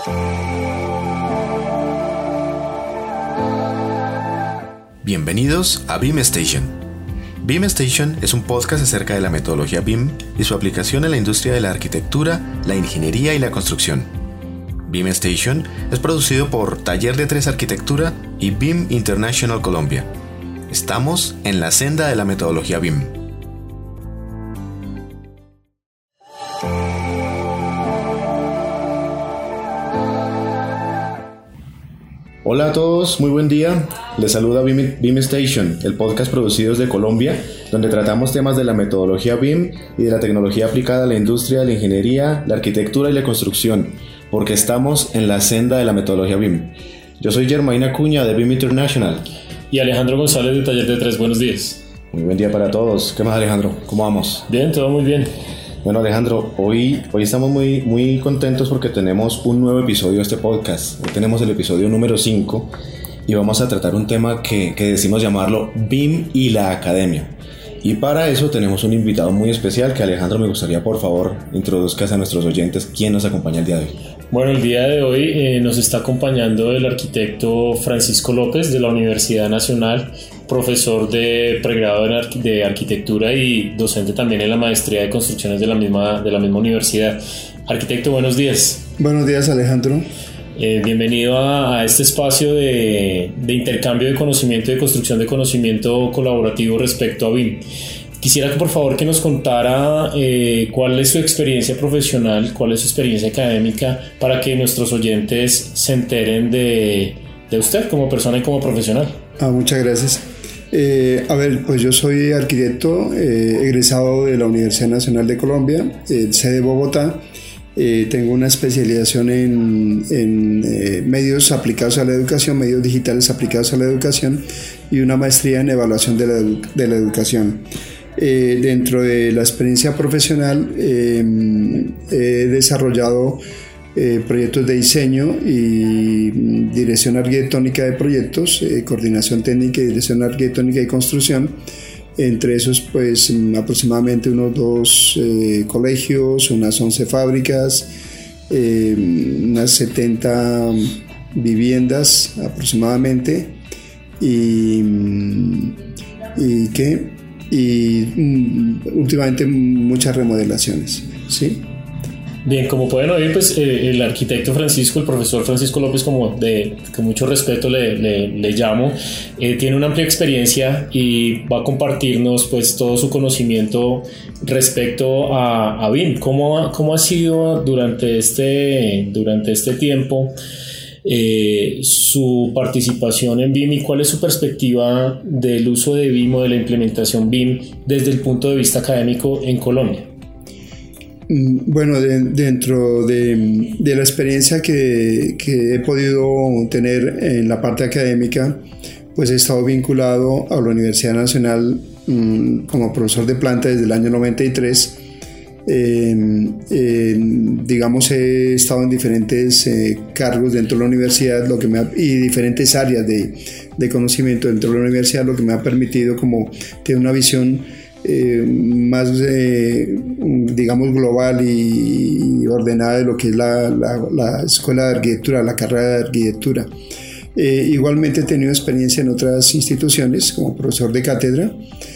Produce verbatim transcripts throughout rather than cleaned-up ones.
Bienvenidos a BIM Station. BIM Station es un podcast acerca de la metodología BIM y su aplicación en la industria de la arquitectura, la ingeniería y la construcción. BIM Station es producido por Taller de Tres Arquitectura y BIM International Colombia. Estamos en la senda de la metodología BIM. Hola a todos, muy buen día. Les saluda BIM, BIM Station, el podcast producido desde Colombia, donde tratamos temas de la metodología BIM y de la tecnología aplicada a la industria, la ingeniería, la arquitectura y la construcción, porque estamos en la senda de la metodología BIM. Yo soy Germain Acuña de BIM International. Y Alejandro González de Taller de Tres. Buenos días. Muy buen día para todos. ¿Qué más, Alejandro? ¿Cómo vamos? Bien, todo muy bien. Bueno, Alejandro, hoy, hoy estamos muy, muy contentos porque tenemos un nuevo episodio de este podcast. Hoy tenemos el episodio número cinco y vamos a tratar un tema que, que decimos llamarlo BIM y la academia. Y para eso tenemos un invitado muy especial que, Alejandro, me gustaría por favor introduzcas a nuestros oyentes quién nos acompaña el día de hoy. Bueno, el día de hoy eh, nos está acompañando el arquitecto Francisco López de la Universidad Nacional, profesor de pregrado en arqu- de arquitectura y docente también en la maestría de construcciones de la misma, de la misma universidad. Arquitecto, buenos días. Buenos días, Alejandro. Eh, bienvenido a, a este espacio de, de intercambio de conocimiento y de construcción de conocimiento colaborativo respecto a BIM. Quisiera que por favor que nos contara eh, cuál es su experiencia profesional, cuál es su experiencia académica, para que nuestros oyentes se enteren de, de usted como persona y como profesional. Ah, muchas gracias. Eh, a ver, pues yo soy arquitecto, eh, egresado de la Universidad Nacional de Colombia, eh, sede de Bogotá. Eh, tengo una especialización en, en eh, medios aplicados a la educación, medios digitales aplicados a la educación y una maestría en evaluación de la, de la educación. Eh, dentro de la experiencia profesional eh, he desarrollado eh, proyectos de diseño y dirección arquitectónica de proyectos, eh, coordinación técnica y dirección arquitectónica y construcción. Entre esos, pues aproximadamente unos dos eh, colegios, unas once fábricas, eh, unas setenta viviendas aproximadamente y, y ¿qué? y um, últimamente muchas remodelaciones, ¿sí? Bien, como pueden oír, pues eh, el arquitecto Francisco, el profesor Francisco López, como de con mucho respeto le, le, le llamo, eh, tiene una amplia experiencia y va a compartirnos pues todo su conocimiento respecto a, a BIM. ¿Cómo, cómo ha sido durante este, durante este tiempo Eh, su participación en BIM y cuál es su perspectiva del uso de BIM o de la implementación BIM desde el punto de vista académico en Colombia? Bueno, de, dentro de, de la experiencia que, que he podido tener en la parte académica, pues he estado vinculado a la Universidad Nacional mmm, como profesor de planta desde el año noventa y tres. Eh, eh, digamos, he estado en diferentes eh, cargos dentro de la universidad, lo que me ha, y diferentes áreas de, de conocimiento dentro de la universidad, lo que me ha permitido como tener una visión eh, más, eh, digamos, global y, y ordenada de lo que es la, la, la escuela de arquitectura, la carrera de arquitectura. Eh, igualmente he tenido experiencia en otras instituciones como profesor de cátedra.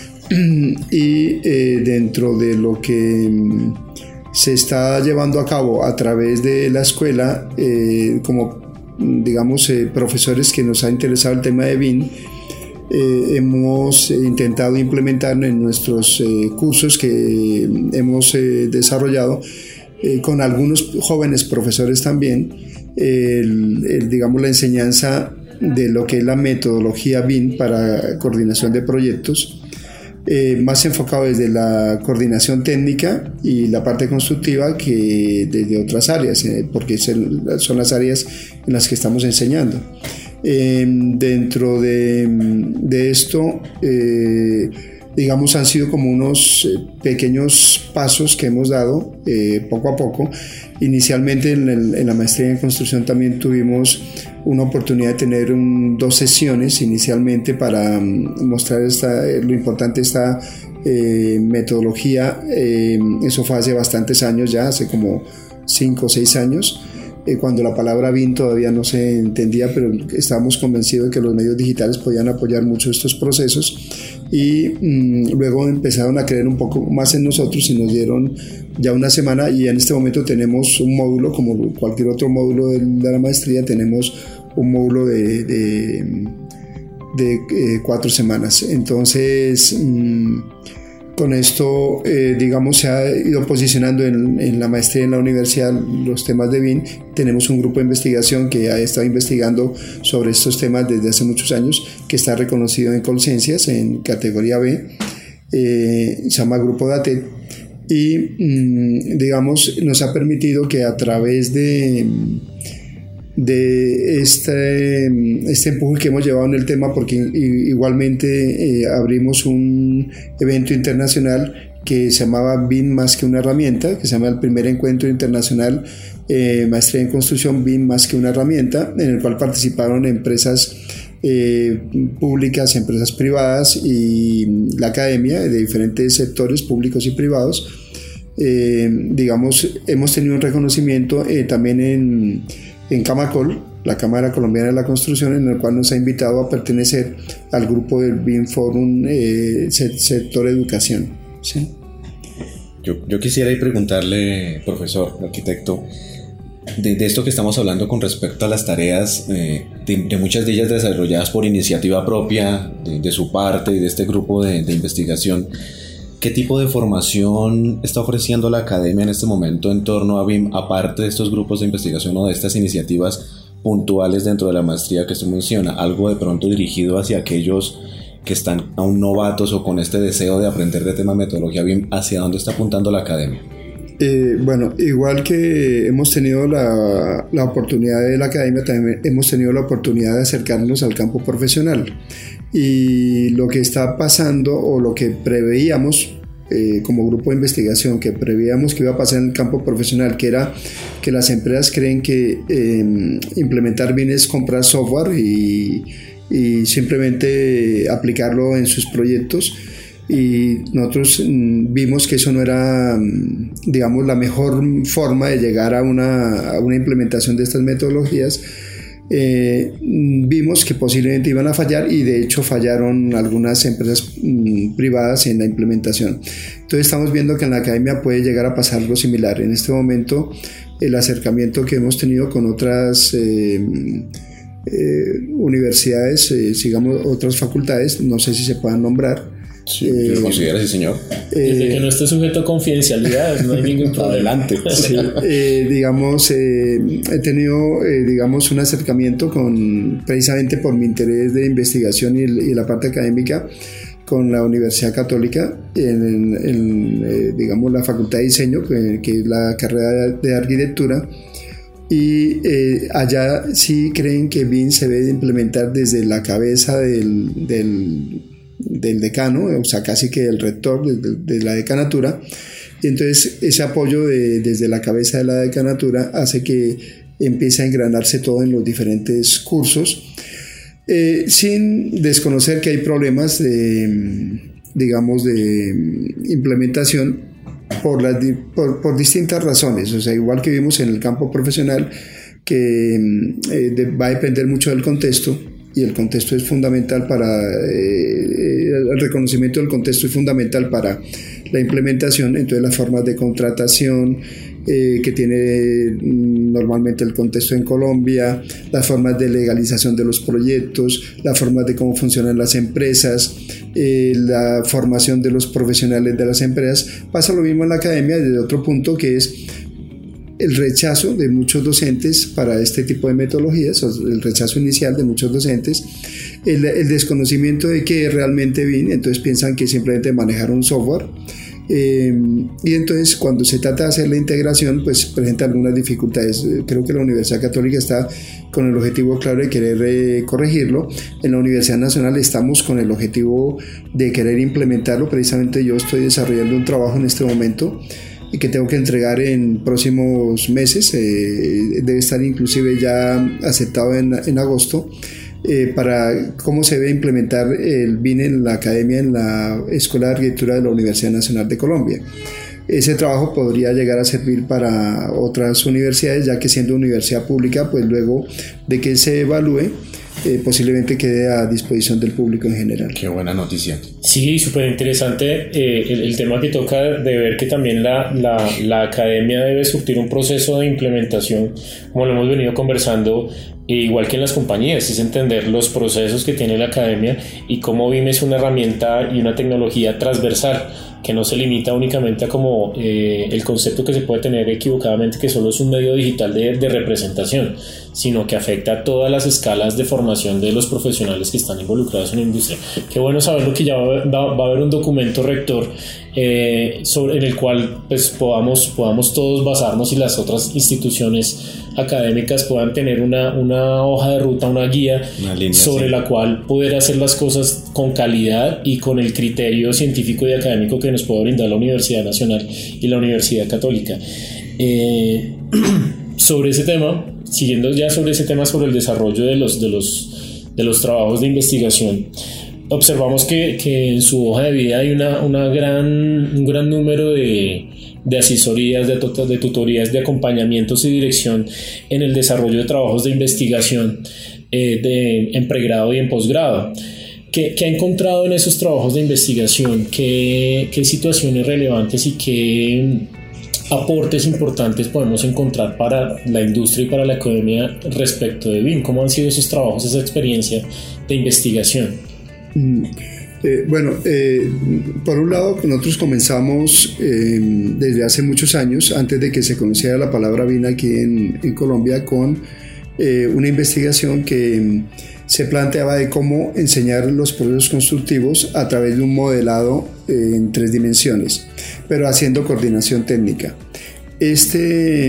Y eh, dentro de lo que se está llevando a cabo a través de la escuela, eh, como digamos eh, profesores que nos ha interesado el tema de BIM, eh, hemos intentado implementar en nuestros eh, cursos que hemos eh, desarrollado eh, con algunos jóvenes profesores también, el, el, digamos la enseñanza de lo que es la metodología BIM para coordinación de proyectos. Eh, más enfocado desde la coordinación técnica y la parte constructiva que desde otras áreas, eh, porque son las áreas en las que estamos enseñando. Eh, dentro de, de esto, eh, digamos, han sido como unos pequeños pasos que hemos dado eh, poco a poco. Inicialmente en, el, en la maestría en construcción también tuvimos una oportunidad de tener un, dos sesiones inicialmente para um, mostrar esta, lo importante de esta eh, metodología. Eh, eso fue hace bastantes años ya, hace como cinco o seis años. eh, cuando la palabra B I M todavía no se entendía, pero estábamos convencidos de que los medios digitales podían apoyar mucho estos procesos, y mmm, luego empezaron a creer un poco más en nosotros y nos dieron ya una semana, y en este momento tenemos un módulo, como cualquier otro módulo de, de la maestría, tenemos un módulo de, de, de eh, cuatro semanas. Entonces mmm, con esto, eh, digamos, se ha ido posicionando en, en la maestría en la universidad los temas de B I M. Tenemos un grupo de investigación que ha estado investigando sobre estos temas desde hace muchos años, que está reconocido en Colciencias en categoría B, eh, se llama Grupo DATED, y mmm, digamos, nos ha permitido que a través de de este, este empuje que hemos llevado en el tema, porque igualmente eh, abrimos un evento internacional que se llamaba B I M más que una herramienta, que se llama el primer encuentro internacional eh, Maestría en Construcción B I M más que una herramienta, en el cual participaron empresas eh, públicas, empresas privadas y la academia de diferentes sectores públicos y privados. Eh, digamos, hemos tenido un reconocimiento eh, también en en Camacol, la Cámara Colombiana de la Construcción, en el cual nos ha invitado a pertenecer al grupo del B I M Forum eh, Sector Educación. ¿Sí? Yo, yo quisiera preguntarle, profesor, arquitecto, de, de esto que estamos hablando con respecto a las tareas, eh, de, de muchas de ellas desarrolladas por iniciativa propia, de, de su parte y de este grupo de, de investigación. ¿Qué tipo de formación está ofreciendo la academia en este momento en torno a B I M, aparte de estos grupos de investigación o de estas iniciativas puntuales dentro de la maestría que usted menciona? Algo de pronto dirigido hacia aquellos que están aún novatos o con este deseo de aprender de tema de metodología B I M, ¿hacia dónde está apuntando la academia? Eh, bueno, igual que hemos tenido la, la oportunidad de la academia, también hemos tenido la oportunidad de acercarnos al campo profesional. Y lo que está pasando, o lo que preveíamos eh, como grupo de investigación, que preveíamos que iba a pasar en el campo profesional, que era que las empresas creen que eh, implementar B I M es comprar software y, y simplemente aplicarlo en sus proyectos. Y nosotros mm, vimos que eso no era, digamos, la mejor forma de llegar a una, a una implementación de estas metodologías. Eh, vimos que posiblemente iban a fallar, y de hecho fallaron algunas empresas mm, privadas en la implementación. Entonces estamos viendo que en la academia puede llegar a pasar algo similar. En este momento el acercamiento que hemos tenido con otras eh, eh, universidades, eh, digamos otras facultades, no sé si se puedan nombrar. Sí, eh, ¿lo considera, sí, señor? Desde eh, que no esté sujeto a confidencialidad, no hay ningún problema. Adelante. Sí, eh, digamos, eh, he tenido, eh, digamos, un acercamiento con, precisamente por mi interés de investigación y, y la parte académica, con la Universidad Católica, en, en eh, digamos, la Facultad de Diseño, que, que es la carrera de, de arquitectura. Y eh, allá sí creen que B I M se debe implementar desde la cabeza del, del del decano, o sea, casi que el rector de, de la decanatura, y entonces ese apoyo de, desde la cabeza de la decanatura hace que empiece a engranarse todo en los diferentes cursos, eh, sin desconocer que hay problemas de, digamos, de implementación por, las, por, por distintas razones. O sea, igual que vimos en el campo profesional, que eh, de, va a depender mucho del contexto, y el contexto es fundamental para eh, el reconocimiento del contexto es fundamental para la implementación. Entonces las formas de contratación eh, que tiene normalmente el contexto en Colombia, las formas de legalización de los proyectos, las formas de cómo funcionan las empresas, eh, la formación de los profesionales de las empresas. Pasa lo mismo en la academia desde otro punto, que es el rechazo de muchos docentes para este tipo de metodologías, el rechazo inicial de muchos docentes, el, el desconocimiento de qué es realmente B I M. Entonces piensan que simplemente manejar un software, eh, y entonces cuando se trata de hacer la integración, pues presenta algunas dificultades. Creo que la Universidad Católica está con el objetivo claro de querer eh, corregirlo. En la Universidad Nacional estamos con el objetivo de querer implementarlo. Precisamente yo estoy desarrollando un trabajo en este momento y que tengo que entregar en próximos meses, eh, debe estar inclusive ya aceptado en, en agosto, eh, para cómo se debe implementar el B I M en la academia, en la Escuela de Arquitectura de la Universidad Nacional de Colombia. ese trabajo podría llegar a servir para otras universidades, ya que siendo universidad pública, pues luego de que se evalúe, Eh, posiblemente quede a disposición del público en general. Qué buena noticia. Sí, súper interesante eh, el, el tema que toca de ver que también la, la, la academia debe surtir un proceso de implementación, como lo hemos venido conversando, e igual que en las compañías, es entender los procesos que tiene la academia y cómo B I M es una herramienta y una tecnología transversal que no se limita únicamente a como eh, el concepto que se puede tener equivocadamente que solo es un medio digital de, de representación, sino que afecta a todas las escalas de formación de los profesionales que están involucrados en la industria. Qué bueno saberlo que ya va, va, va a haber un documento rector eh, sobre, en el cual pues, podamos, podamos todos basarnos y las otras instituciones académicas puedan tener una, una hoja de ruta, una guía una línea, sobre sí. la cual poder hacer las cosas con calidad y con el criterio científico y académico que nos puede brindar la Universidad Nacional y la Universidad Católica. Eh, sobre ese tema, siguiendo ya sobre ese tema, sobre el desarrollo de los, de los, de los trabajos de investigación, observamos que, que en su hoja de vida hay una, una gran, un gran número de, de asesorías, de, de tutorías, de acompañamientos y dirección en el desarrollo de trabajos de investigación eh, de, en pregrado y en posgrado. ¿Qué, ¿Qué ha encontrado en esos trabajos de investigación? ¿Qué, qué situaciones relevantes y qué aportes importantes podemos encontrar para la industria y para la academia respecto de B I M? ¿Cómo han sido esos trabajos, esa experiencia de investigación? Mm, eh, bueno, eh, por un lado nosotros comenzamos eh, desde hace muchos años, antes de que se conociera la palabra B I M aquí en, en Colombia, con eh, una investigación que se planteaba de cómo enseñar los procesos constructivos a través de un modelado eh, en tres dimensiones, pero haciendo coordinación técnica. Este,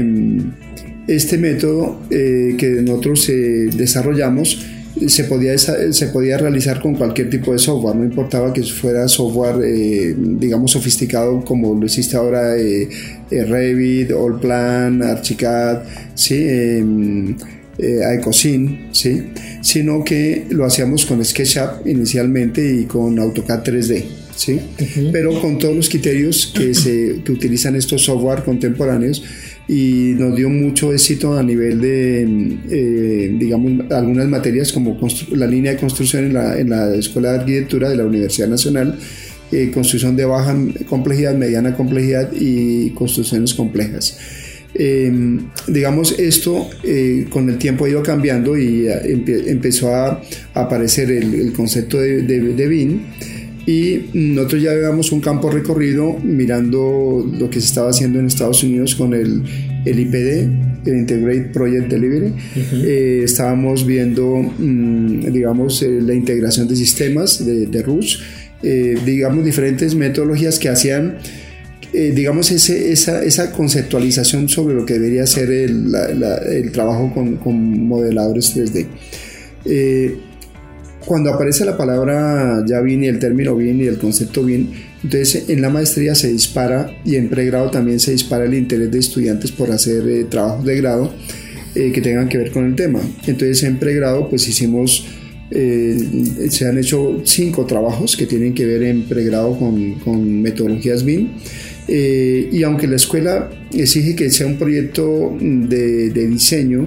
este método eh, que nosotros eh, desarrollamos se podía, se podía realizar con cualquier tipo de software, no importaba que fuera software eh, digamos sofisticado como lo existe ahora eh, eh, Revit, Allplan, Archicad, ¿sí? eh, eh, Ecosyn, ¿sí? Sino que lo hacíamos con SketchUp inicialmente y con AutoCAD tres D, ¿sí? Uh-huh. Pero con todos los criterios que, se, que utilizan estos software contemporáneos, y nos dio mucho éxito a nivel de, eh, digamos, algunas materias como constru- la línea de construcción en la, en la Escuela de Arquitectura de la Universidad Nacional, eh, construcción de baja complejidad, mediana complejidad y construcciones complejas. Eh, digamos, esto eh, con el tiempo ha ido cambiando y empe- empezó a, a aparecer el, el concepto de, de, de B I M. Y nosotros ya llevamos un campo recorrido mirando lo que se estaba haciendo en Estados Unidos con el, el I P D, el Integrated Project Delivery. Uh-huh. Eh, estábamos viendo, mmm, digamos, eh, la integración de sistemas de, de Rush, eh, digamos, diferentes metodologías que hacían, eh, digamos, ese, esa, esa conceptualización sobre lo que debería ser el, la, la, el trabajo con, con modeladores tres D. Eh, Cuando aparece la palabra ya B I M y el término B I M y el concepto B I M, entonces en la maestría se dispara y en pregrado también se dispara el interés de estudiantes por hacer eh, trabajos de grado eh, que tengan que ver con el tema. Entonces en pregrado pues hicimos, eh, se han hecho cinco trabajos que tienen que ver en pregrado con, con metodologías B I M. Eh, y aunque la escuela exige que sea un proyecto de, de diseño,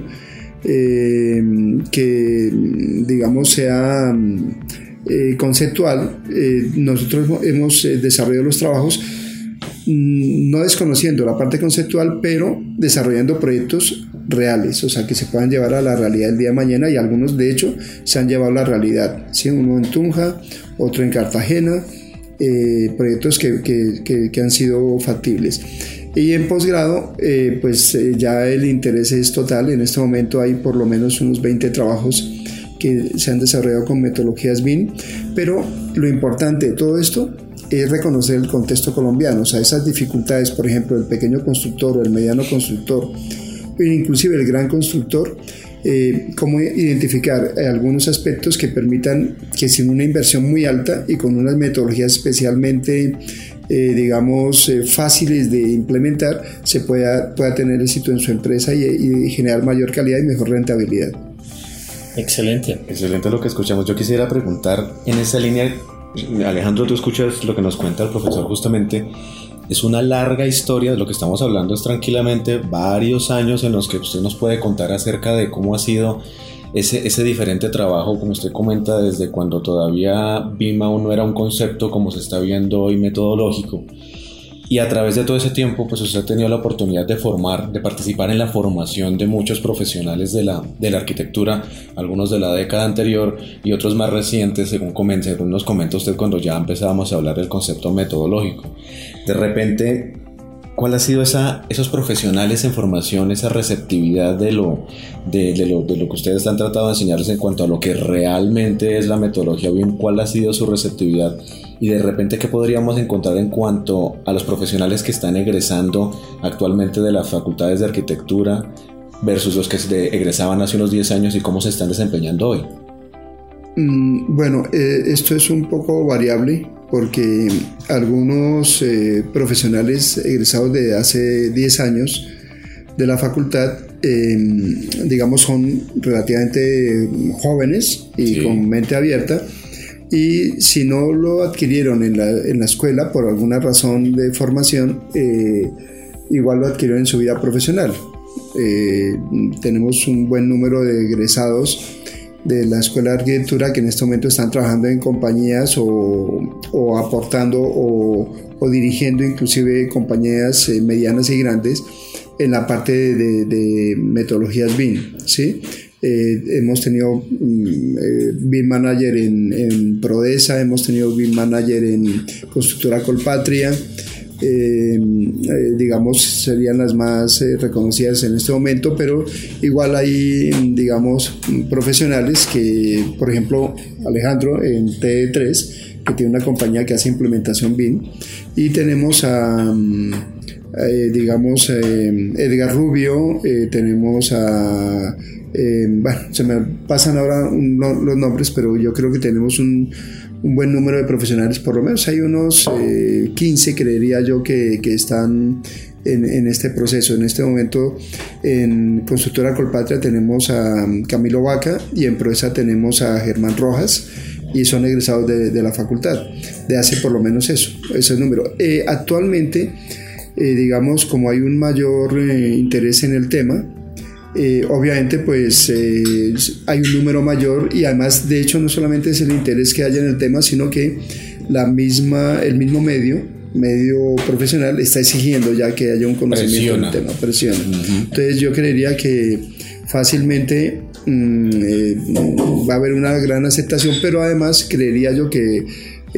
Eh, que digamos sea eh, conceptual, eh, nosotros hemos eh, desarrollado los trabajos mm, no desconociendo la parte conceptual, pero desarrollando proyectos reales, o sea que se puedan llevar a la realidad el día de mañana, y algunos de hecho se han llevado a la realidad, ¿sí? Uno en Tunja, otro en Cartagena, eh, proyectos que, que, que, que han sido factibles. Y en posgrado, eh, pues eh, ya el interés es total. En este momento hay por lo menos unos veinte trabajos que se han desarrollado con metodologías B I M, pero lo importante de todo esto es reconocer el contexto colombiano, o sea, esas dificultades, por ejemplo, el pequeño constructor o el mediano constructor, o inclusive el gran constructor, eh, cómo identificar eh, algunos aspectos que permitan que sin una inversión muy alta y con unas metodologías especialmente Eh, digamos eh, fáciles de implementar, se pueda, pueda tener éxito en su empresa y, y generar mayor calidad y mejor rentabilidad. Excelente. Excelente lo que escuchamos. Yo quisiera preguntar en esa línea, Alejandro, tú escuchas lo que nos cuenta el profesor justamente. Es una larga historia, de lo que estamos hablando es tranquilamente varios años en los que usted nos puede contar acerca de cómo ha sido ese, ese diferente trabajo, como usted comenta, desde cuando todavía B I M aún no era un concepto como se está viendo hoy metodológico. Y a través de todo ese tiempo, pues usted ha tenido la oportunidad de formar, de participar en la formación de muchos profesionales de la, de la arquitectura, algunos de la década anterior y otros más recientes, según, comenta, según nos comenta usted cuando ya empezábamos a hablar del concepto metodológico. De repente, ¿cuál ha sido esa, esos profesionales en formación, esa receptividad de lo, de, de, lo, de lo que ustedes han tratado de enseñarles en cuanto a lo que realmente es la metodología B I M? ¿Cuál ha sido su receptividad? Y de repente, ¿qué podríamos encontrar en cuanto a los profesionales que están egresando actualmente de las facultades de arquitectura versus los que egresaban hace unos diez años y cómo se están desempeñando hoy? Mm, bueno, eh, esto es un poco variable porque algunos eh, profesionales egresados de hace diez años de la facultad, eh, digamos, son relativamente jóvenes y sí, con mente abierta. Y si no lo adquirieron en la, en la escuela por alguna razón de formación, eh, igual lo adquirieron en su vida profesional. Eh, tenemos un buen número de egresados de la Escuela de Arquitectura que en este momento están trabajando en compañías o, o aportando o, o dirigiendo inclusive compañías eh, medianas y grandes en la parte de, de, de metodologías B I M, ¿sí? Eh, hemos tenido eh, B I M Manager en, en Prodesa, hemos tenido B I M Manager en Constructora Colpatria, eh, eh, digamos serían las más eh, reconocidas en este momento, pero igual hay, digamos, profesionales que, por ejemplo, Alejandro en T tres, que tiene una compañía que hace implementación B I M, y tenemos a... Eh, digamos eh, Edgar Rubio, eh, tenemos a eh, bueno, se me pasan ahora un, no, los nombres, pero yo creo que tenemos un, un buen número de profesionales, por lo menos hay unos eh, quince, creería yo, que, que están en, en este proceso. En este momento en Constructora Colpatria tenemos a Camilo Vaca y en Prodesa tenemos a Germán Rojas, y son egresados de, de la facultad, de hace por lo menos eso, ese número. Eh, actualmente Eh, digamos, como hay un mayor eh, interés en el tema, eh, obviamente pues eh, hay un número mayor, y además de hecho no solamente es el interés que haya en el tema, sino que la misma, el mismo medio medio profesional está exigiendo ya que haya un conocimiento del tema, presiona. Uh-huh. Entonces yo creería que fácilmente mmm, eh, va a haber una gran aceptación, pero además creería yo que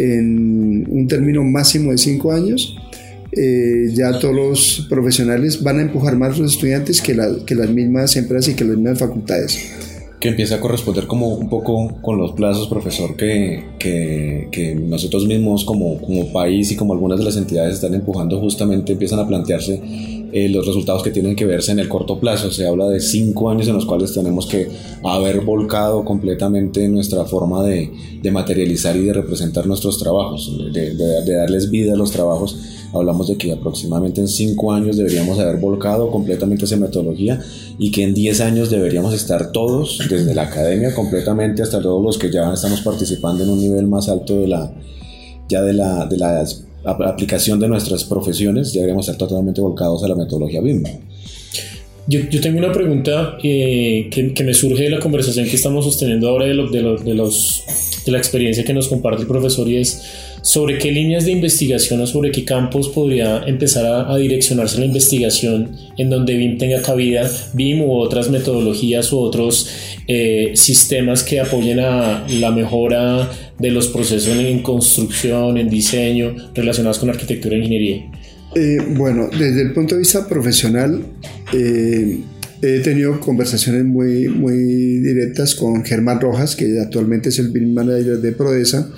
en un término máximo de cinco años Eh, ya todos los profesionales van a empujar más a los estudiantes que, la, que las mismas empresas y que las mismas facultades. Que empieza a corresponder como un poco con los plazos, profesor, que, que, que nosotros mismos como, como país y como algunas de las entidades están empujando, justamente empiezan a plantearse eh, los resultados que tienen que verse en el corto plazo. Se habla de cinco años en los cuales tenemos que haber volcado completamente nuestra forma de, de materializar y de representar nuestros trabajos, de, de, de darles vida a los trabajos. Hablamos de que aproximadamente en cinco años deberíamos haber volcado completamente esa metodología, y que en diez años deberíamos estar todos, desde la academia completamente hasta todos los que ya estamos participando en un nivel más alto de la, ya de la, de la aplicación de nuestras profesiones, ya deberíamos estar totalmente volcados a la metodología B I M. Yo, yo tengo una pregunta eh, que, que me surge de la conversación que estamos sosteniendo ahora de, lo, de, lo, de, los, de la experiencia que nos comparte el profesor, y es sobre qué líneas de investigación o sobre qué campos podría empezar a, a direccionarse la investigación en donde B I M tenga cabida, B I M u otras metodologías u otros eh, sistemas que apoyen a la mejora de los procesos en construcción, en diseño, relacionados con arquitectura e ingeniería. Eh, bueno, desde el punto de vista profesional, eh, he tenido conversaciones muy, muy directas con Germán Rojas, que actualmente es el B I M Manager de Prodesa,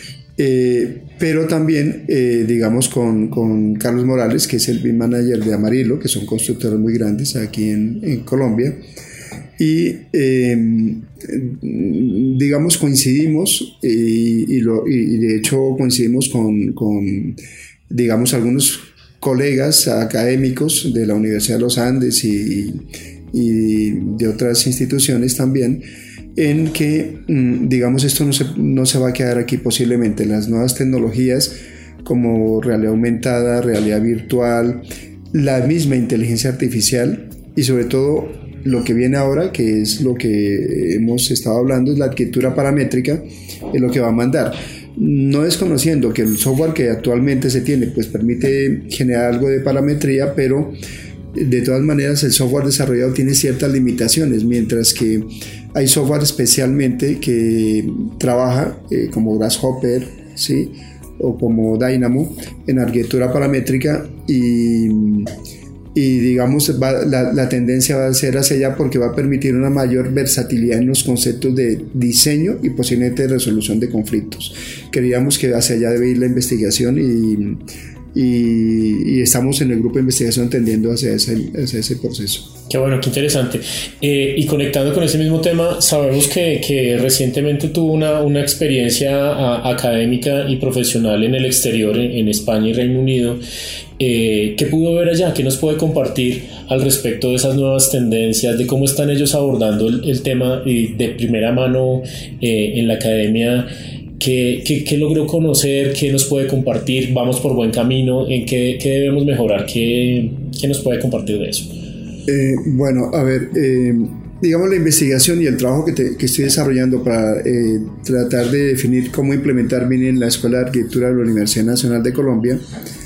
eh, pero también, eh, digamos, con, con Carlos Morales, que es el B I M Manager de Amarillo, que son constructores muy grandes aquí en, en Colombia, y eh, digamos coincidimos, y, y, lo, y de hecho coincidimos con, con digamos, algunos colegas académicos de la Universidad de los Andes y, y de otras instituciones también, en que, digamos, esto no se, no se va a quedar aquí posiblemente. Las nuevas tecnologías como realidad aumentada, realidad virtual, la misma inteligencia artificial y sobre todo lo que viene ahora, que es lo que hemos estado hablando, es la arquitectura paramétrica, es lo que va a mandar. No desconociendo que el software que actualmente se tiene pues permite generar algo de parametría, pero de todas maneras el software desarrollado tiene ciertas limitaciones, mientras que hay software especialmente que trabaja eh, como Grasshopper, ¿sí?, o como Dynamo en arquitectura paramétrica y, y digamos va, la, la tendencia va a ser hacia allá porque va a permitir una mayor versatilidad en los conceptos de diseño y posiblemente de resolución de conflictos. Creíamos que hacia allá debe ir la investigación y, y, y estamos en el grupo de investigación tendiendo hacia ese, hacia ese proceso. Qué bueno, qué interesante. Eh, y conectando con ese mismo tema, sabemos que, que recientemente tuvo una, una experiencia a, académica y profesional en el exterior, en, en España y Reino Unido. Eh, ¿Qué pudo ver allá? ¿Qué nos puede compartir al respecto de esas nuevas tendencias, de cómo están ellos abordando el, el tema y de primera mano eh, en la academia? ¿Qué, qué, ¿Qué logró conocer? ¿Qué nos puede compartir? ¿Vamos por buen camino? ¿En qué, qué debemos mejorar? ¿Qué, qué nos puede compartir de eso? Eh, bueno, a ver, eh, digamos la investigación y el trabajo que, te, que estoy desarrollando para eh, tratar de definir cómo implementar B I M en la Escuela de Arquitectura de la Universidad Nacional de Colombia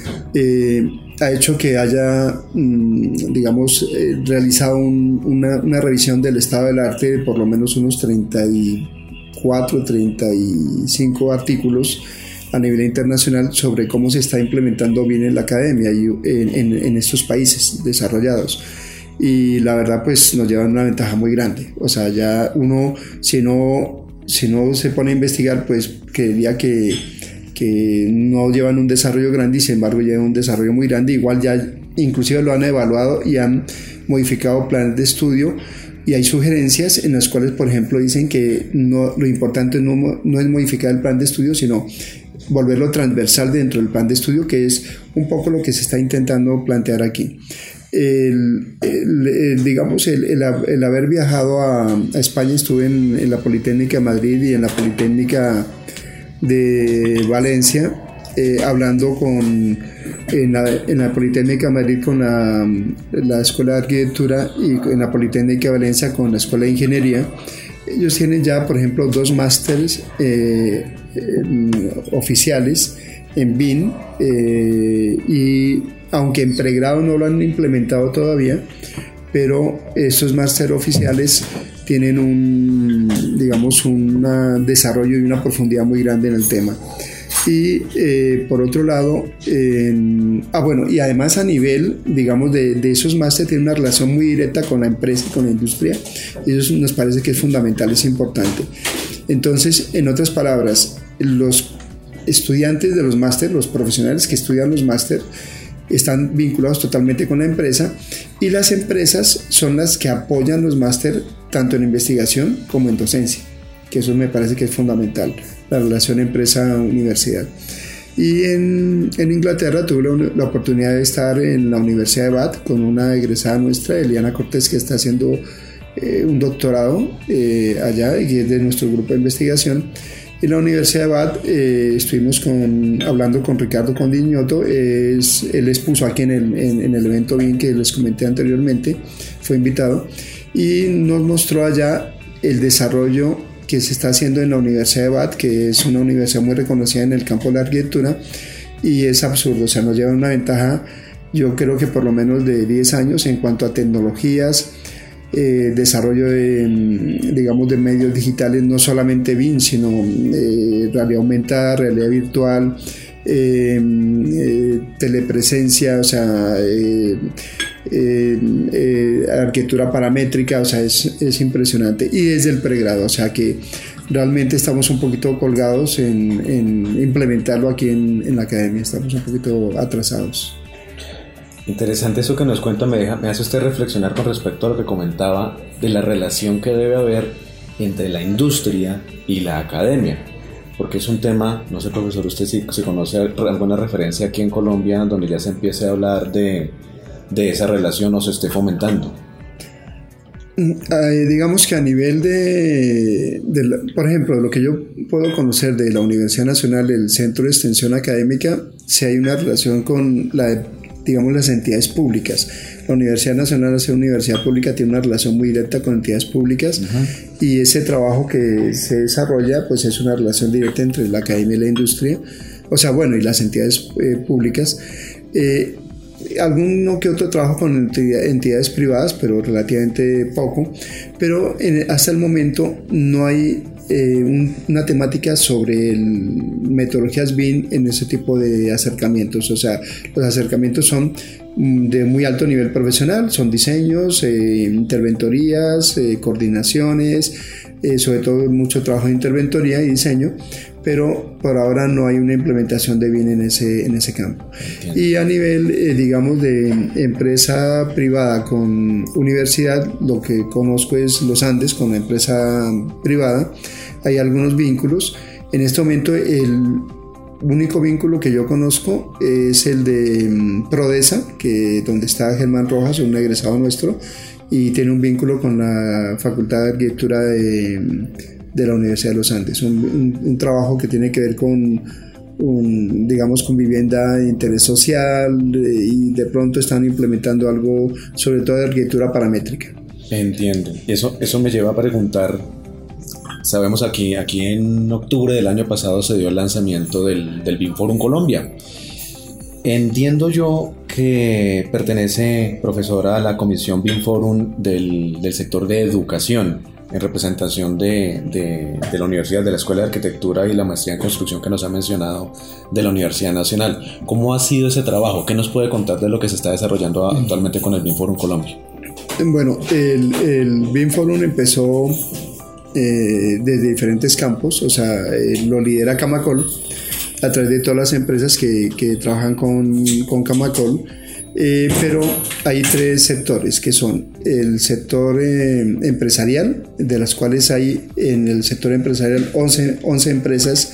eh, ha hecho que haya, mmm, digamos, eh, realizado un, una, una revisión del estado del arte de por lo menos unos treinta y cuatro, treinta y cinco artículos a nivel internacional sobre cómo se está implementando B I M en la academia y en, en, en estos países desarrollados. Y la verdad pues nos llevan una ventaja muy grande. O sea, ya uno si no, si no se pone a investigar pues creería que, que no llevan un desarrollo grande y sin embargo llevan un desarrollo muy grande. Igual ya inclusive lo han evaluado y han modificado planes de estudio y hay sugerencias en las cuales por ejemplo dicen que no, lo importante no, no es modificar el plan de estudio sino volverlo transversal dentro del plan de estudio, que es un poco lo que se está intentando plantear aquí. El, el, el, digamos el, el, el haber viajado a, a España, estuve en, en la Politécnica de Madrid y en la Politécnica de Valencia eh, hablando con en la, en la Politécnica de Madrid con la, la Escuela de Arquitectura y en la Politécnica de Valencia con la Escuela de Ingeniería. Ellos tienen ya por ejemplo dos másteres eh, eh, oficiales en B I M eh, y aunque en pregrado no lo han implementado todavía, pero estos máster oficiales tienen un, digamos, un desarrollo y una profundidad muy grande en el tema. Y eh, por otro lado, eh, ah bueno, y además a nivel, digamos, de, de esos máster tiene una relación muy directa con la empresa y con la industria, y eso nos parece que es fundamental, es importante. Entonces, en otras palabras, los estudiantes de los máster, los profesionales que estudian los máster, están vinculados totalmente con la empresa y las empresas son las que apoyan los máster tanto en investigación como en docencia, que eso me parece que es fundamental, la relación empresa-universidad. Y en, en Inglaterra tuve la, la oportunidad de estar en la Universidad de Bath con una egresada nuestra, Eliana Cortés, que está haciendo eh, un doctorado eh, allá y es de nuestro grupo de investigación. En la Universidad de Bath eh, estuvimos con, hablando con Ricardo Condiñoto, es, él expuso aquí en el, en, en el evento B I M que les comenté anteriormente, fue invitado y nos mostró allá el desarrollo que se está haciendo en la Universidad de Bath, que es una universidad muy reconocida en el campo de la arquitectura y es absurdo, o sea, nos lleva una ventaja yo creo que por lo menos de diez años en cuanto a tecnologías, Eh, desarrollo de, digamos, de medios digitales, no solamente B I M, sino eh, realidad aumentada, realidad virtual, eh, eh, telepresencia, o sea, eh, eh, eh, arquitectura paramétrica, o sea, es, es impresionante. Y desde el pregrado, o sea que realmente estamos un poquito colgados en, en implementarlo aquí en, en la academia, estamos un poquito atrasados. Interesante eso que nos cuenta, me, deja, me hace usted reflexionar con respecto a lo que comentaba de la relación que debe haber entre la industria y la academia, porque es un tema, no sé profesor, usted si, si conoce alguna referencia aquí en Colombia donde ya se empiece a hablar de, de esa relación o se esté fomentando. Eh, digamos que a nivel de, de la, por ejemplo, lo que yo puedo conocer de la Universidad Nacional, el Centro de Extensión Académica, si hay una relación con la, digamos, las entidades públicas. La Universidad Nacional, al ser universidad pública, tiene una relación muy directa con entidades públicas. Uh-huh. Y ese trabajo que se desarrolla, pues es una relación directa entre la academia y la industria, o sea, bueno, y las entidades eh, públicas. Eh, alguno que otro trabajo con entidades privadas, pero relativamente poco, pero en, hasta el momento no hay eh, un, una temática sobre el, metodologías B I M en ese tipo de acercamientos. O sea, los acercamientos son de muy alto nivel profesional, son diseños, eh, interventorías, eh, coordinaciones, eh, sobre todo mucho trabajo de interventoría y diseño, pero por ahora no hay una implementación de B I M en ese, en ese campo. Entiendo. Y a nivel, eh, digamos, de empresa privada con universidad, lo que conozco es Los Andes con la empresa privada, hay algunos vínculos. En este momento el único vínculo que yo conozco es el de Prodesa, que, donde está Germán Rojas, un egresado nuestro, y tiene un vínculo con la Facultad de Arquitectura de, de la Universidad de los Andes, un, un, un trabajo que tiene que ver con, un, digamos, con vivienda de interés social, y de pronto están implementando algo sobre todo de arquitectura paramétrica. Entiendo. Eso, eso me lleva a preguntar, sabemos aquí, aquí en octubre del año pasado se dio el lanzamiento del, del BIM Forum Colombia. Entiendo yo que pertenece, profesora, a la comisión BIM Forum del, del sector de educación, en representación de, de, de la Universidad, de la Escuela de Arquitectura y la Maestría en Construcción que nos ha mencionado de la Universidad Nacional. ¿Cómo ha sido ese trabajo? ¿Qué nos puede contar de lo que se está desarrollando actualmente con el BIM Forum Colombia? Bueno, el, el BIM Forum empezó eh, desde diferentes campos, o sea, eh, lo lidera Camacol, a través de todas las empresas que, que trabajan con, con Camacol, eh, pero hay tres sectores que son el sector eh, empresarial, de las cuales hay en el sector empresarial once, once empresas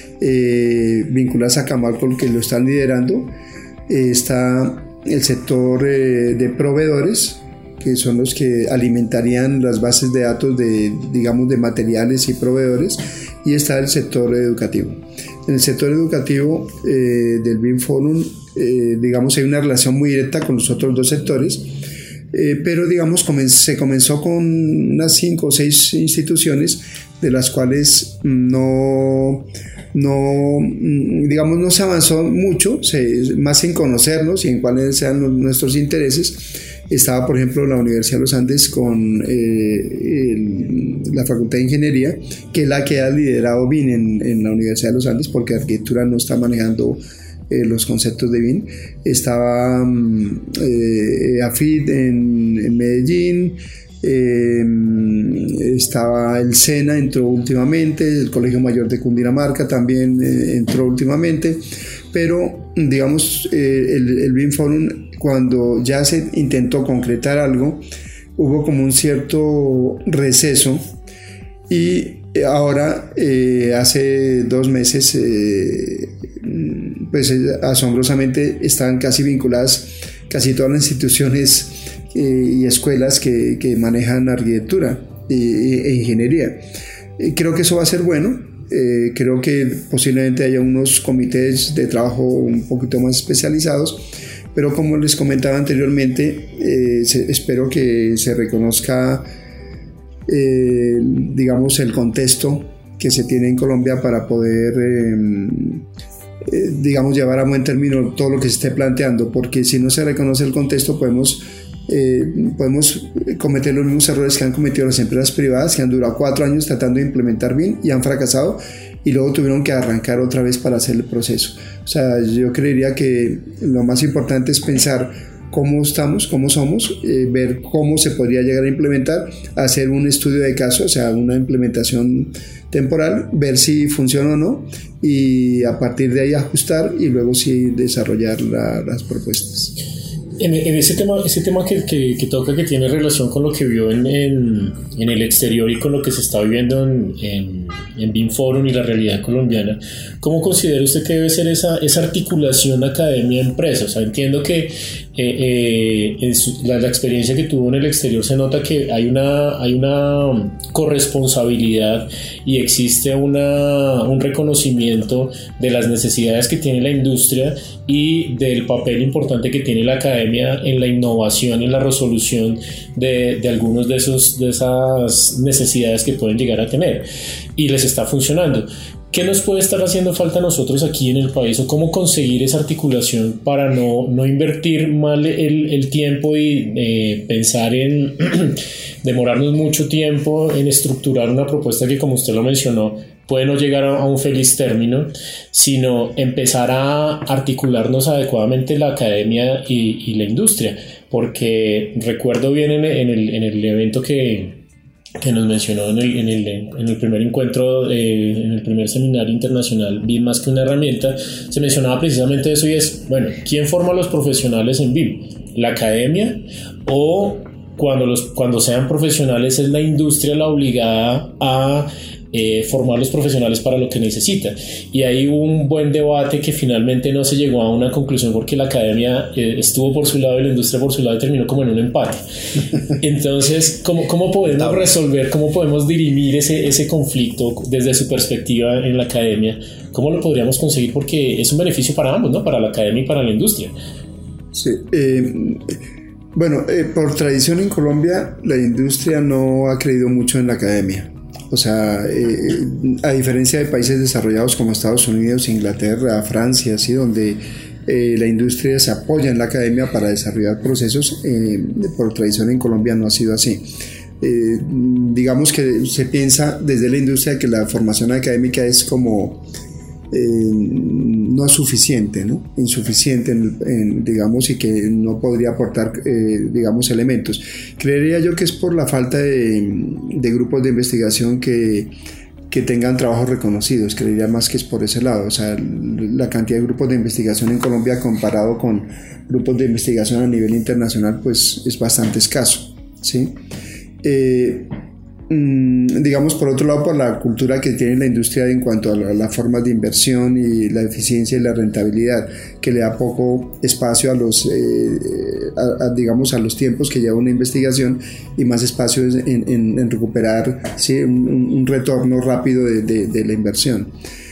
eh, vinculadas a Camacol que lo están liderando. Eh, está el sector eh, de proveedores, que son los que alimentarían las bases de datos de, digamos, de materiales y proveedores, y está el sector educativo. En el sector educativo eh, del BIM Forum, eh, digamos, hay una relación muy directa con los otros dos sectores, eh, pero digamos, comen- se comenzó con unas cinco o seis instituciones, de las cuales no, no, digamos, no se avanzó mucho, se, más en conocernos y en cuáles sean los, nuestros intereses. Estaba, por ejemplo, la Universidad de los Andes con eh, el, la Facultad de Ingeniería, que es la que ha liderado B I M en, en la Universidad de los Andes, porque arquitectura no está manejando eh, los conceptos de B I M. Estaba eh, AFIT en, en Medellín, eh, estaba el SENA, entró últimamente, el Colegio Mayor de Cundinamarca también eh, entró últimamente, pero digamos, eh, el, el BIM Forum, cuando ya se intentó concretar algo, hubo como un cierto receso, y ahora eh, hace dos meses eh, pues asombrosamente están casi vinculadas casi todas las instituciones eh, y escuelas que, que manejan arquitectura e, e ingeniería. Eh, creo que eso va a ser bueno. Eh, creo que posiblemente haya unos comités de trabajo un poquito más especializados, pero como les comentaba anteriormente, eh, se, espero que se reconozca eh, digamos, el contexto que se tiene en Colombia para poder eh, eh, digamos, llevar a buen término todo lo que se esté planteando, porque si no se reconoce el contexto podemos Eh, podemos cometer los mismos errores que han cometido las empresas privadas, que han durado cuatro años tratando de implementar B I M y han fracasado, y luego tuvieron que arrancar otra vez para hacer el proceso. O sea, yo creería que lo más importante es pensar cómo estamos, cómo somos, eh, ver cómo se podría llegar a implementar, hacer un estudio de caso, o sea, una implementación temporal, ver si funciona o no, y a partir de ahí ajustar y luego sí desarrollar la, las propuestas. En, en ese tema, ese tema que, que, que toca, que tiene relación con lo que vio en, en, en el exterior y con lo que se está viviendo en, en, en BIM Forum y la realidad colombiana, ¿cómo considera usted que debe ser esa, esa articulación academia-empresa? O sea, entiendo que eh, eh, en su, la, la experiencia que tuvo en el exterior se nota que hay una, hay una corresponsabilidad y existe una, un reconocimiento de las necesidades que tiene la industria y del papel importante que tiene la academia en la innovación y en la resolución de, de algunos de, esos, de esas necesidades que pueden llegar a tener, y les está funcionando. ¿Qué nos puede estar haciendo falta a nosotros aquí en el país, o cómo conseguir esa articulación para no, no invertir mal el, el tiempo y eh, pensar en demorarnos mucho tiempo en estructurar una propuesta que, como usted lo mencionó, puede no llegar a un feliz término, sino empezar a articularnos adecuadamente la academia y, y la industria? Porque recuerdo bien en, en, el, en el evento que, que nos mencionó en el, en el, en el primer encuentro, eh, en el primer seminario internacional BIM más que una herramienta, se mencionaba precisamente eso, y es, bueno, ¿quién forma a los profesionales en BIM? ¿La academia? ¿O cuando, los, cuando sean profesionales es la industria la obligada a Eh, formar los profesionales para lo que necesita? Y hay un buen debate que finalmente no se llegó a una conclusión, porque la academia eh, estuvo por su lado y la industria por su lado, y terminó como en un empate. Entonces, ¿cómo, cómo podemos resolver, cómo podemos dirimir ese, ese conflicto desde su perspectiva en la academia? ¿Cómo lo podríamos conseguir? Porque es un beneficio para ambos, ¿no? Para la academia y para la industria. Sí, eh, bueno, eh, por tradición en Colombia la industria no ha creído mucho en la academia. O sea, eh, a diferencia de países desarrollados como Estados Unidos, Inglaterra, Francia, ¿sí? donde eh, la industria se apoya en la academia para desarrollar procesos, eh, por tradición en Colombia no ha sido así. Eh, digamos que se piensa desde la industria que la formación académica es como eh, no suficiente, ¿no? Insuficiente, en, en, digamos, y que no podría aportar, eh, digamos, elementos. Creería yo que es por la falta de, de grupos de investigación que, que tengan trabajos reconocidos. Creería más que es por ese lado. O sea, la cantidad de grupos de investigación en Colombia comparado con grupos de investigación a nivel internacional, pues es bastante escaso, ¿sí? Eh, digamos, por otro lado, por la cultura que tiene la industria en cuanto a las la formas de inversión y la eficiencia y la rentabilidad, que le da poco espacio a los eh, a, a, digamos a los tiempos que lleva una investigación, y más espacio en, en, en recuperar, ¿sí? un, un retorno rápido de, de, de la inversión.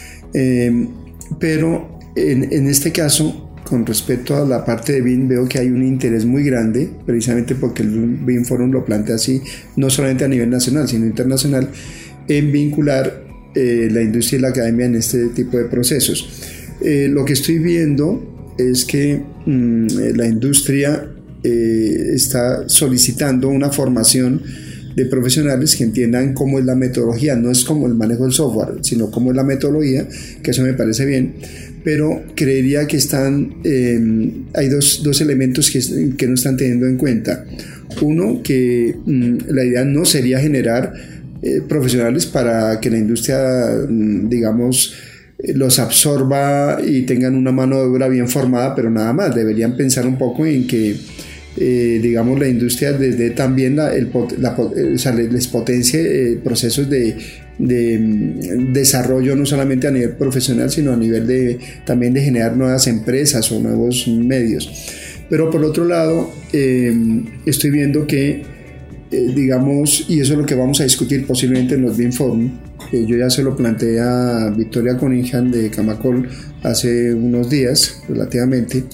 Eh, pero en, en este caso, con respecto a la parte de BIM, veo que hay un interés muy grande, precisamente porque el BIM Forum lo plantea así, no solamente a nivel nacional, sino internacional, en vincular eh, la industria y la academia en este tipo de procesos. Eh, lo que estoy viendo es que mmm, la industria eh, está solicitando una formación de profesionales que entiendan cómo es la metodología, no es como el manejo del software, sino cómo es la metodología, que eso me parece bien. Pero creería que están, eh, hay dos, dos elementos que, que no están teniendo en cuenta. Uno, que mmm, la idea no sería generar eh, profesionales para que la industria, mmm, digamos, eh, los absorba y tengan una mano de obra bien formada, pero nada más. Deberían pensar un poco en que, eh, digamos, la industria desde también la, el, la, o sea, les potencie eh, procesos de de desarrollo, no solamente a nivel profesional, sino a nivel de también de generar nuevas empresas o nuevos medios. Pero por otro lado, eh, estoy viendo que eh, digamos, y eso es lo que vamos a discutir posiblemente en los BIM Forum. Eh, yo ya se lo planteé a Victoria Cunningham de Camacol hace unos días relativamente,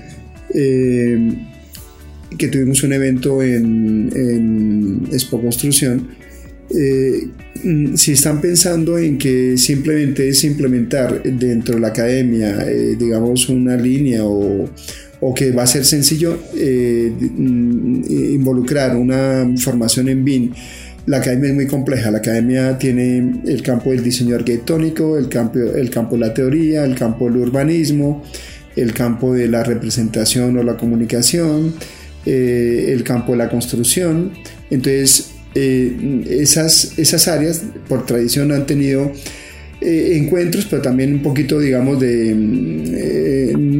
eh, que tuvimos un evento en, en Expo Construcción. Eh, si están pensando en que simplemente es implementar dentro de la academia, eh, digamos, una línea o, o que va a ser sencillo eh, involucrar una formación en BIM, la academia es muy compleja. La academia tiene el campo del diseño arquitectónico, el campo, el campo de la teoría, el campo del urbanismo, el campo de la representación o la comunicación, eh, el campo de la construcción. Entonces, Eh, esas, esas áreas por tradición han tenido eh, encuentros, pero también un poquito, digamos, de eh,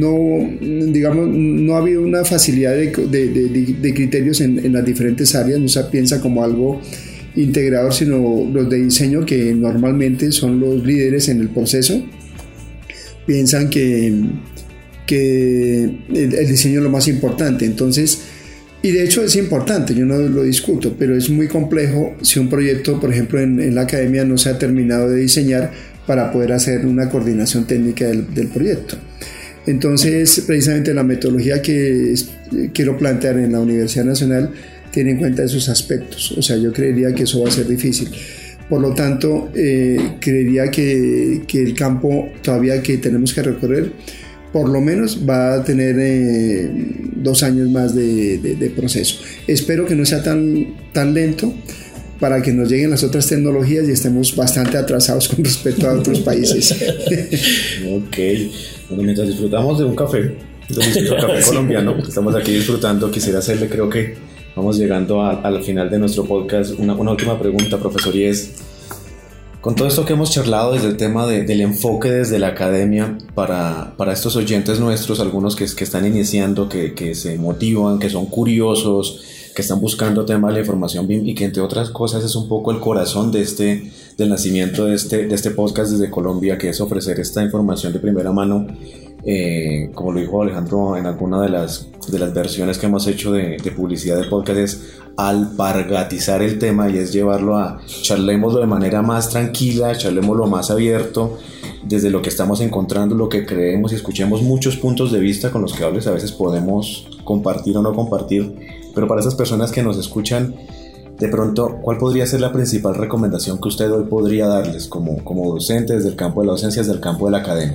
no, digamos, no ha habido una facilidad de, de, de, de criterios en, en las diferentes áreas, no se piensa como algo integrador, sino los de diseño, que normalmente son los líderes en el proceso, piensan que, que el, el diseño es lo más importante. Entonces, y de hecho es importante, yo no lo discuto, pero es muy complejo si un proyecto, por ejemplo, en, en la academia no se ha terminado de diseñar para poder hacer una coordinación técnica del, del proyecto. Entonces, precisamente la metodología que es, quiero plantear en la Universidad Nacional tiene en cuenta esos aspectos. O sea, yo creería que eso va a ser difícil. Por lo tanto, eh, creería que, que el campo todavía que tenemos que recorrer, por lo menos va a tener eh, dos años más de, de, de proceso. Espero que no sea tan, tan lento para que nos lleguen las otras tecnologías y estemos bastante atrasados con respecto a otros países. Ok, bueno, mientras disfrutamos de un café, de un café colombiano, estamos aquí disfrutando, quisiera hacerle, creo que vamos llegando a, al final de nuestro podcast, una, una última pregunta, profesor, y es, con todo esto que hemos charlado desde el tema de, del enfoque desde la academia para, para estos oyentes nuestros, algunos que, que están iniciando, que, que se motivan, que son curiosos, que están buscando temas de la información B I M y que entre otras cosas es un poco el corazón de este, del nacimiento de este, de este podcast desde Colombia, que es ofrecer esta información de primera mano, eh, como lo dijo Alejandro en alguna de las, de las versiones que hemos hecho de, de publicidad del podcast, es alpargatizar el tema y es llevarlo a charlémoslo de manera más tranquila, charlémoslo más abierto, desde lo que estamos encontrando, lo que creemos y escuchemos muchos puntos de vista con los que a veces podemos compartir o no compartir, pero para esas personas que nos escuchan, de pronto, ¿cuál podría ser la principal recomendación que usted hoy podría darles como, como docente desde el campo de la docencia, desde el campo de la academia?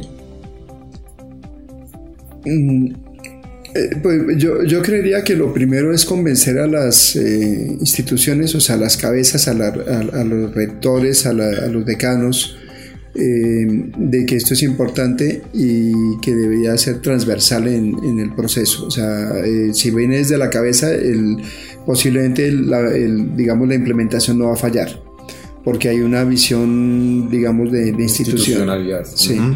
Mm. Eh, pues yo, yo creería que lo primero es convencer a las eh, instituciones, o sea, a las cabezas, a, la, a, a los rectores, a, la, a los decanos, eh, de que esto es importante y que debería ser transversal en, en el proceso. O sea, eh, si viene desde la cabeza, el, posiblemente el, la, el, digamos, la implementación no va a fallar, porque hay una visión, digamos, de, de institución. Sí. Uh-huh.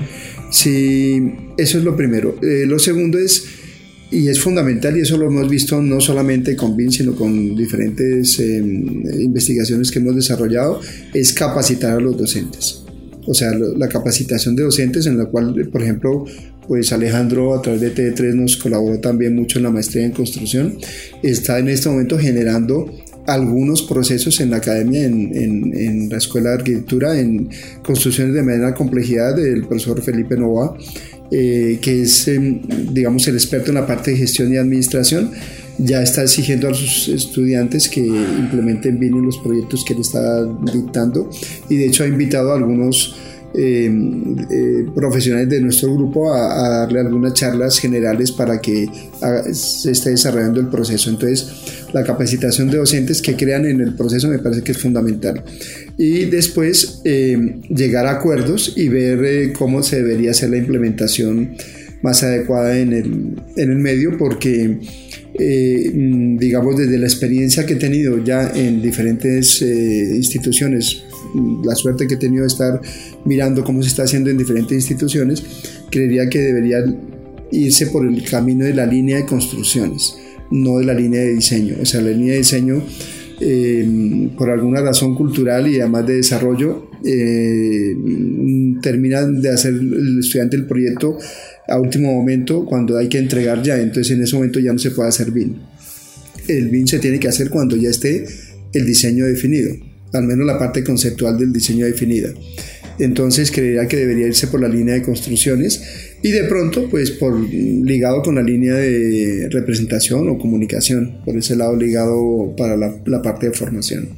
Sí, eso es lo primero. Eh, lo segundo es, y es fundamental, y eso lo hemos visto no solamente con B I M, sino con diferentes eh, investigaciones que hemos desarrollado, es capacitar a los docentes. O sea, lo, la capacitación de docentes, en la cual, por ejemplo, pues Alejandro a través de T D tres nos colaboró también mucho en la maestría en construcción, está en este momento generando algunos procesos en la academia, en, en, en la Escuela de Arquitectura, en construcciones de mediana complejidad, del profesor Felipe Novoa, eh, que es, eh, digamos, el experto en la parte de gestión y administración. Ya está exigiendo a sus estudiantes que implementen bien los proyectos que él está dictando, y de hecho ha invitado a algunos eh, eh, profesionales de nuestro grupo a, a darle algunas charlas generales para que a, se esté desarrollando el proceso. Entonces, la capacitación de docentes que crean en el proceso me parece que es fundamental, y después eh, llegar a acuerdos y ver eh, cómo se debería hacer la implementación más adecuada en el, en el medio, porque eh, digamos, desde la experiencia que he tenido ya en diferentes eh, instituciones, la suerte que he tenido de estar mirando cómo se está haciendo en diferentes instituciones, creería que debería irse por el camino de la línea de construcciones, no de la línea de diseño. O sea, la línea de diseño, eh, por alguna razón cultural y además de desarrollo, eh, termina de hacer el estudiante el proyecto a último momento, cuando hay que entregar ya. Entonces, en ese momento ya no se puede hacer B I M. El B I M se tiene que hacer cuando ya esté el diseño definido, al menos la parte conceptual del diseño definida. Entonces, creería que debería irse por la línea de construcciones, y de pronto, pues, por ligado con la línea de representación o comunicación, por ese lado ligado para la, la parte de formación.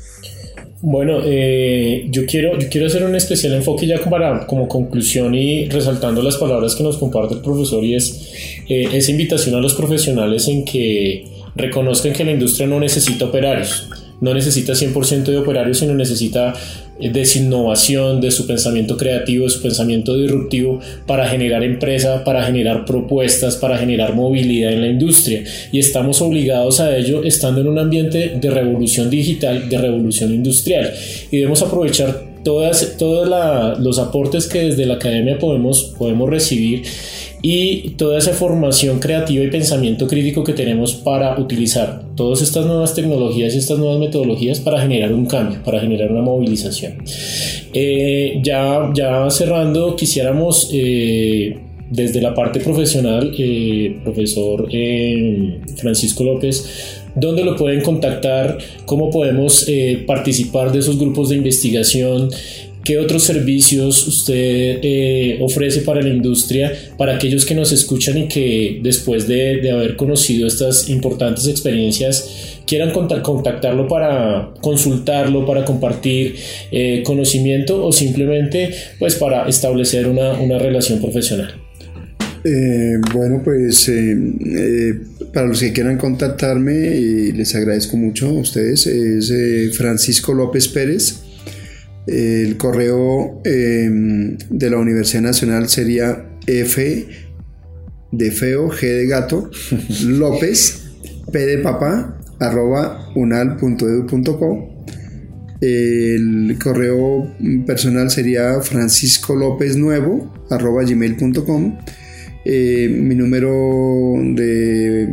Bueno, eh, yo quiero yo quiero hacer un especial enfoque ya para, como conclusión, y resaltando las palabras que nos comparte el profesor, y es eh, esa invitación a los profesionales en que reconozcan que la industria no necesita operarios, no necesita cien por ciento de operarios, sino necesita de su innovación, de su pensamiento creativo, de su pensamiento disruptivo para generar empresa, para generar propuestas, para generar movilidad en la industria, y estamos obligados a ello estando en un ambiente de revolución digital, de revolución industrial, y debemos aprovechar todas, todos la, los aportes que desde la academia podemos, podemos recibir y toda esa formación creativa y pensamiento crítico que tenemos para utilizar todas estas nuevas tecnologías y estas nuevas metodologías para generar un cambio, para generar una movilización. Eh, ya, ya cerrando, quisiéramos eh, desde la parte profesional, eh, profesor eh, Francisco López, ¿dónde lo pueden contactar? ¿Cómo podemos eh, participar de esos grupos de investigación? ¿Qué otros servicios usted eh, ofrece para la industria, para aquellos que nos escuchan y que después de, de haber conocido estas importantes experiencias quieran contactarlo para consultarlo, para compartir eh, conocimiento o simplemente pues para establecer una, una relación profesional? Eh, bueno, pues eh, eh, para los que quieran contactarme, y les agradezco mucho a ustedes, es eh, Francisco López Pérez. El correo eh, de la Universidad Nacional sería F de feo, G de gato, López, P de papá, arroba unal punto edu punto co. El correo personal sería francisco lópez nuevo arroba gmail punto com. Eh, mi número de...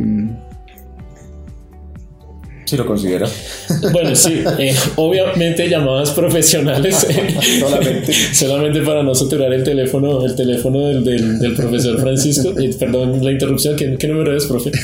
Si lo considera. Bueno, sí, eh, obviamente llamadas profesionales. solamente. solamente para no saturar el teléfono, el teléfono del, del, del profesor Francisco. Eh, perdón la interrupción, ¿qué, qué número es, profe?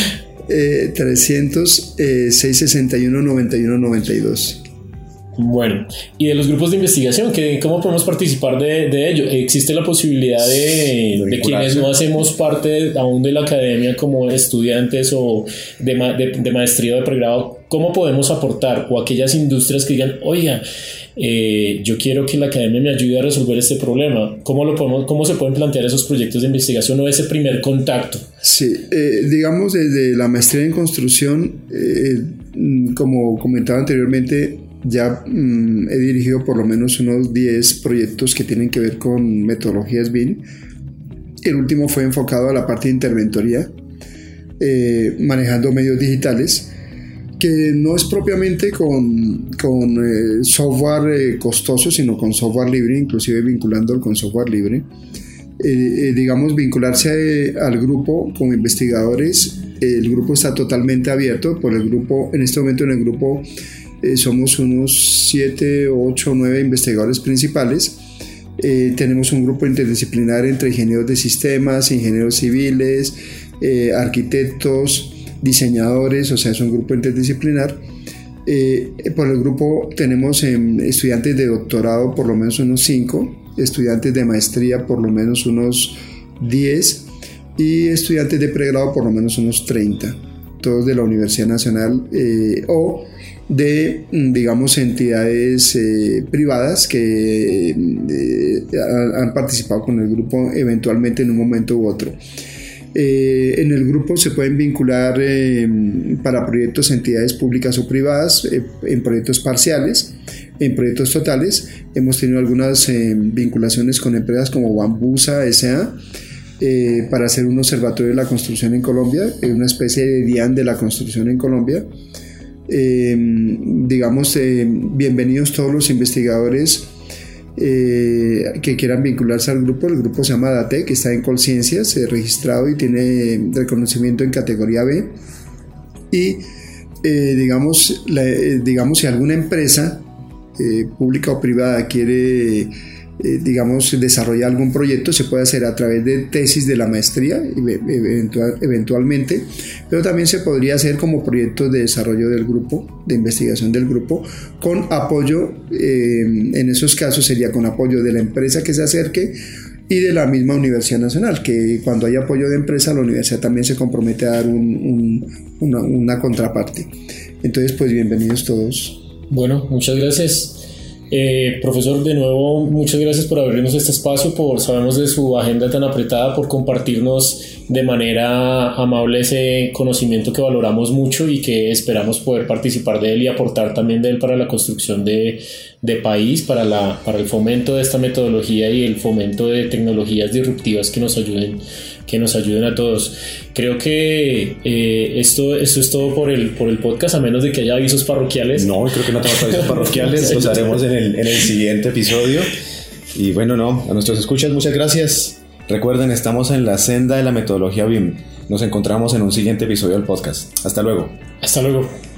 Eh, trescientos, eh, seiscientos sesenta y uno, noventa y uno, noventa y dos. Bueno, y de los grupos de investigación, ¿qué, ¿cómo podemos participar de, de ello? ¿Existe la posibilidad de, de quienes no hacemos parte aún de la academia como estudiantes o de, ma, de, de maestría o de pregrado, cómo podemos aportar? O aquellas industrias que digan, oiga, eh, yo quiero que la academia me ayude a resolver este problema. ¿Cómo, lo podemos, cómo se pueden plantear esos proyectos de investigación o ese primer contacto? Sí, eh, digamos desde la maestría en construcción, eh, como comentaba anteriormente, ya mmm, he dirigido por lo menos unos diez proyectos que tienen que ver con metodologías B I M. El último fue enfocado a la parte de interventoría, eh, manejando medios digitales, que no es propiamente con, con eh, software eh, costoso, sino con software libre, inclusive vinculándolo con software libre. Eh, eh, digamos, vincularse al grupo como investigadores. El grupo está totalmente abierto. Por el grupo, en este momento en el grupo Eh, somos unos siete, ocho, nueve investigadores principales. Eh, tenemos un grupo interdisciplinar entre ingenieros de sistemas, ingenieros civiles, eh, arquitectos, diseñadores, o sea, es un grupo interdisciplinar. Eh, por el grupo tenemos eh, estudiantes de doctorado, por lo menos unos cinco, estudiantes de maestría, por lo menos unos diez, y estudiantes de pregrado, por lo menos unos treinta, todos de la Universidad Nacional eh, o de, digamos, entidades eh, privadas que eh, han participado con el grupo eventualmente en un momento u otro. Eh, en el grupo se pueden vincular eh, para proyectos entidades públicas o privadas, eh, en proyectos parciales, en proyectos totales. Hemos tenido algunas eh, vinculaciones con empresas como Bambusa S A eh, para hacer un observatorio de la construcción en Colombia, una especie de DIAN de la construcción en Colombia. Eh, digamos, eh, bienvenidos todos los investigadores eh, que quieran vincularse al grupo. El grupo se llama DATEC, está en Colciencias, eh, registrado y tiene reconocimiento en categoría B. Y eh, digamos, la, eh, digamos, si alguna empresa eh, pública o privada quiere Eh, digamos, desarrollar algún proyecto, se puede hacer a través de tesis de la maestría eventual, eventualmente, pero también se podría hacer como proyectos de desarrollo del grupo, de investigación del grupo, con apoyo, eh, en esos casos sería con apoyo de la empresa que se acerque y de la misma Universidad Nacional, que cuando hay apoyo de empresa, la universidad también se compromete a dar un, un, una, una contraparte. Entonces, pues bienvenidos todos. Bueno, muchas gracias. Eh, profesor, de nuevo muchas gracias por abrirnos este espacio, por sabemos de su agenda tan apretada, por compartirnos de manera amable ese conocimiento que valoramos mucho y que esperamos poder participar de él y aportar también de él para la construcción de, de país, para, la, para el fomento de esta metodología y el fomento de tecnologías disruptivas que nos ayuden que nos ayuden a todos. Creo que eh, esto, esto es todo por el, por el podcast, a menos de que haya avisos parroquiales. No, creo que no tenemos avisos parroquiales, los haremos en el, en el siguiente episodio. Y bueno, no, a nuestros escuchas, muchas gracias. Recuerden, estamos en la senda de la metodología B I M. Nos encontramos en un siguiente episodio del podcast. Hasta luego. Hasta luego.